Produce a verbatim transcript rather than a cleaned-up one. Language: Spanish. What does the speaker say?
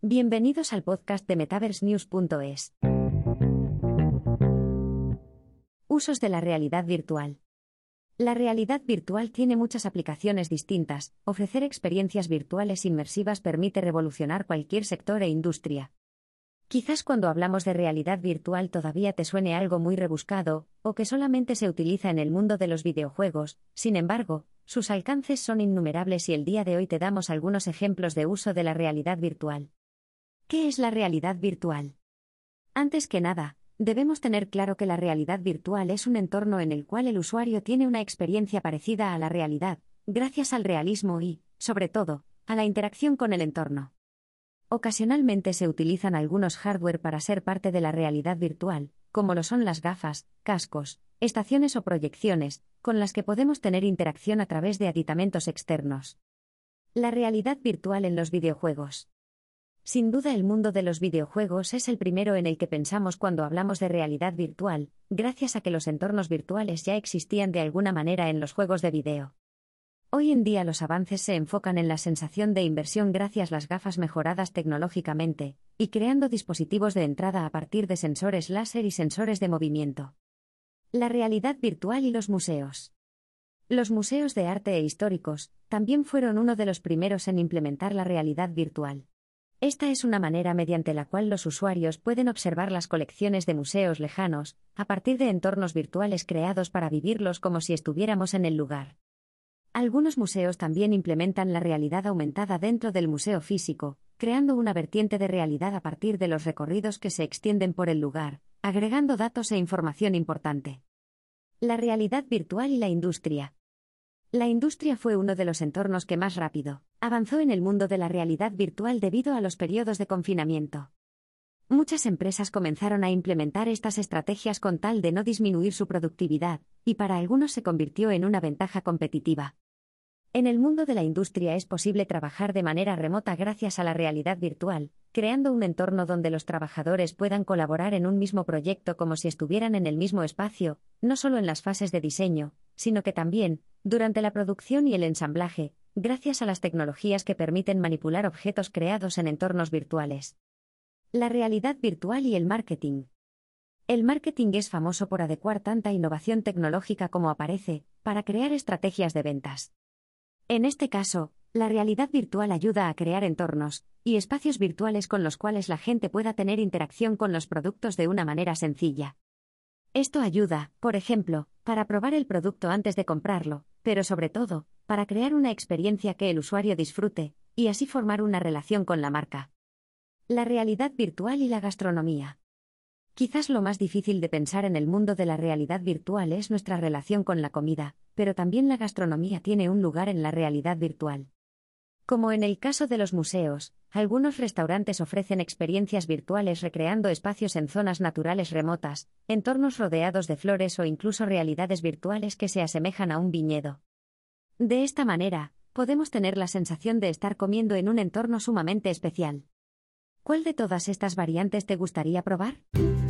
Bienvenidos al podcast de Metaverse News punto es. Usos de la realidad virtual. La realidad virtual tiene muchas aplicaciones distintas. Ofrecer experiencias virtuales inmersivas permite revolucionar cualquier sector e industria. Quizás cuando hablamos de realidad virtual todavía te suene algo muy rebuscado, o que solamente se utiliza en el mundo de los videojuegos. Sin embargo, sus alcances son innumerables y el día de hoy te damos algunos ejemplos de uso de la realidad virtual. ¿Qué es la realidad virtual? Antes que nada, debemos tener claro que la realidad virtual es un entorno en el cual el usuario tiene una experiencia parecida a la realidad, gracias al realismo y, sobre todo, a la interacción con el entorno. Ocasionalmente se utilizan algunos hardware para ser parte de la realidad virtual, como lo son las gafas, cascos, estaciones o proyecciones, con las que podemos tener interacción a través de aditamentos externos. La realidad virtual en los videojuegos. Sin duda el mundo de los videojuegos es el primero en el que pensamos cuando hablamos de realidad virtual, gracias a que los entornos virtuales ya existían de alguna manera en los juegos de video. Hoy en día los avances se enfocan en la sensación de inmersión gracias a las gafas mejoradas tecnológicamente, y creando dispositivos de entrada a partir de sensores láser y sensores de movimiento. La realidad virtual y los museos. Los museos de arte e históricos también fueron uno de los primeros en implementar la realidad virtual. Esta es una manera mediante la cual los usuarios pueden observar las colecciones de museos lejanos, a partir de entornos virtuales creados para vivirlos como si estuviéramos en el lugar. Algunos museos también implementan la realidad aumentada dentro del museo físico, creando una vertiente de realidad a partir de los recorridos que se extienden por el lugar, agregando datos e información importante. La realidad virtual y la industria. La industria fue uno de los entornos que más rápido avanzó en el mundo de la realidad virtual debido a los periodos de confinamiento. Muchas empresas comenzaron a implementar estas estrategias con tal de no disminuir su productividad, y para algunos se convirtió en una ventaja competitiva. En el mundo de la industria es posible trabajar de manera remota gracias a la realidad virtual, creando un entorno donde los trabajadores puedan colaborar en un mismo proyecto como si estuvieran en el mismo espacio, no solo en las fases de diseño, sino que también, durante la producción y el ensamblaje, gracias a las tecnologías que permiten manipular objetos creados en entornos virtuales. La realidad virtual y el marketing. El marketing es famoso por adecuar tanta innovación tecnológica como aparece, para crear estrategias de ventas. En este caso, la realidad virtual ayuda a crear entornos y espacios virtuales con los cuales la gente pueda tener interacción con los productos de una manera sencilla. Esto ayuda, por ejemplo, para probar el producto antes de comprarlo, pero sobre todo, para crear una experiencia que el usuario disfrute, y así formar una relación con la marca. La realidad virtual y la gastronomía. Quizás lo más difícil de pensar en el mundo de la realidad virtual es nuestra relación con la comida, pero también la gastronomía tiene un lugar en la realidad virtual. Como en el caso de los museos, algunos restaurantes ofrecen experiencias virtuales recreando espacios en zonas naturales remotas, entornos rodeados de flores o incluso realidades virtuales que se asemejan a un viñedo. De esta manera, podemos tener la sensación de estar comiendo en un entorno sumamente especial. ¿Cuál de todas estas variantes te gustaría probar?